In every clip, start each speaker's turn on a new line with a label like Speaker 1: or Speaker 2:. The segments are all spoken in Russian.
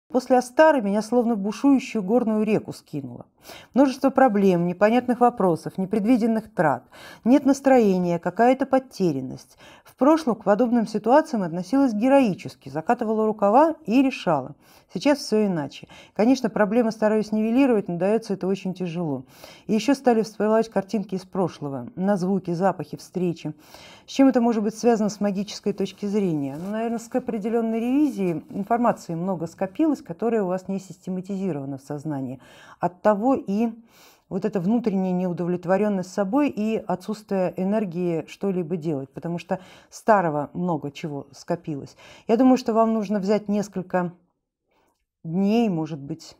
Speaker 1: После Астары меня словно в бушующую горную реку скинуло. Множество проблем, непонятных вопросов, непредвиденных трат. Нет настроения, какая-то потерянность. В прошлом к подобным ситуациям относилась героически, закатывала рукава и решала. Сейчас все иначе. Конечно, проблемы стараюсь нивелировать, но дается это очень тяжело. И еще стали всплывать картинки из прошлого, на звуки, запахи, встречи. С чем это может быть связано с магической точки зрения? Ну, наверное, с определенной ревизией информации много скопилось, которая у вас не систематизирована в сознании. Оттого и вот эта внутренняя неудовлетворенность собой и отсутствие энергии что-либо делать, потому что старого много чего скопилось. Я думаю, что вам нужно взять несколько дней, может быть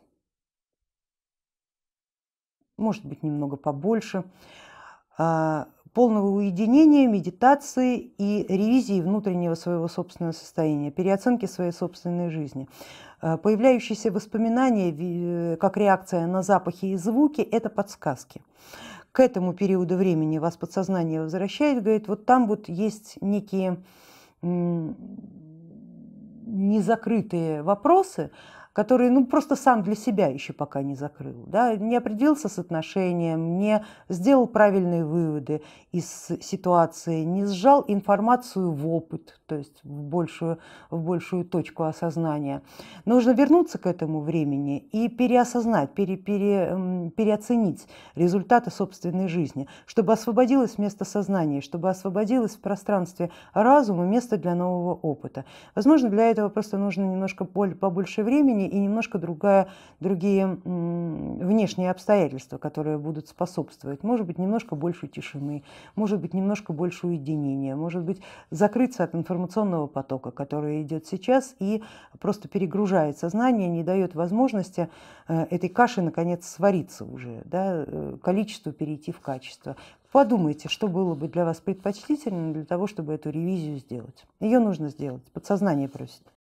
Speaker 1: немного побольше, полного уединения, медитации и ревизии внутреннего своего собственного состояния, переоценки своей собственной жизни. Появляющиеся воспоминания как реакция на запахи и звуки – это подсказки. К этому периоду времени вас подсознание возвращает, говорит, вот там вот есть некие незакрытые вопросы, которые ну, просто сам для себя еще пока не закрыл, да, не определился с отношением, не сделал правильные выводы из ситуации, не сжал информацию в опыт, то есть в большую точку осознания. Нужно вернуться к этому времени и переосознать, переоценить результаты собственной жизни, чтобы освободилось место сознания, чтобы освободилось в пространстве разума место для нового опыта. Возможно, для этого просто нужно немножко побольше времени и немножко другие внешние обстоятельства, которые будут способствовать. Может быть, немножко больше тишины, может быть, немножко больше уединения, может быть, закрыться от информационного потока, который идет сейчас и просто перегружает сознание, не дает возможности этой каши наконец свариться уже, да, количество перейти в качество. Подумайте, что было бы для вас предпочтительно для того, чтобы эту ревизию сделать. Ее нужно сделать, подсознание просит.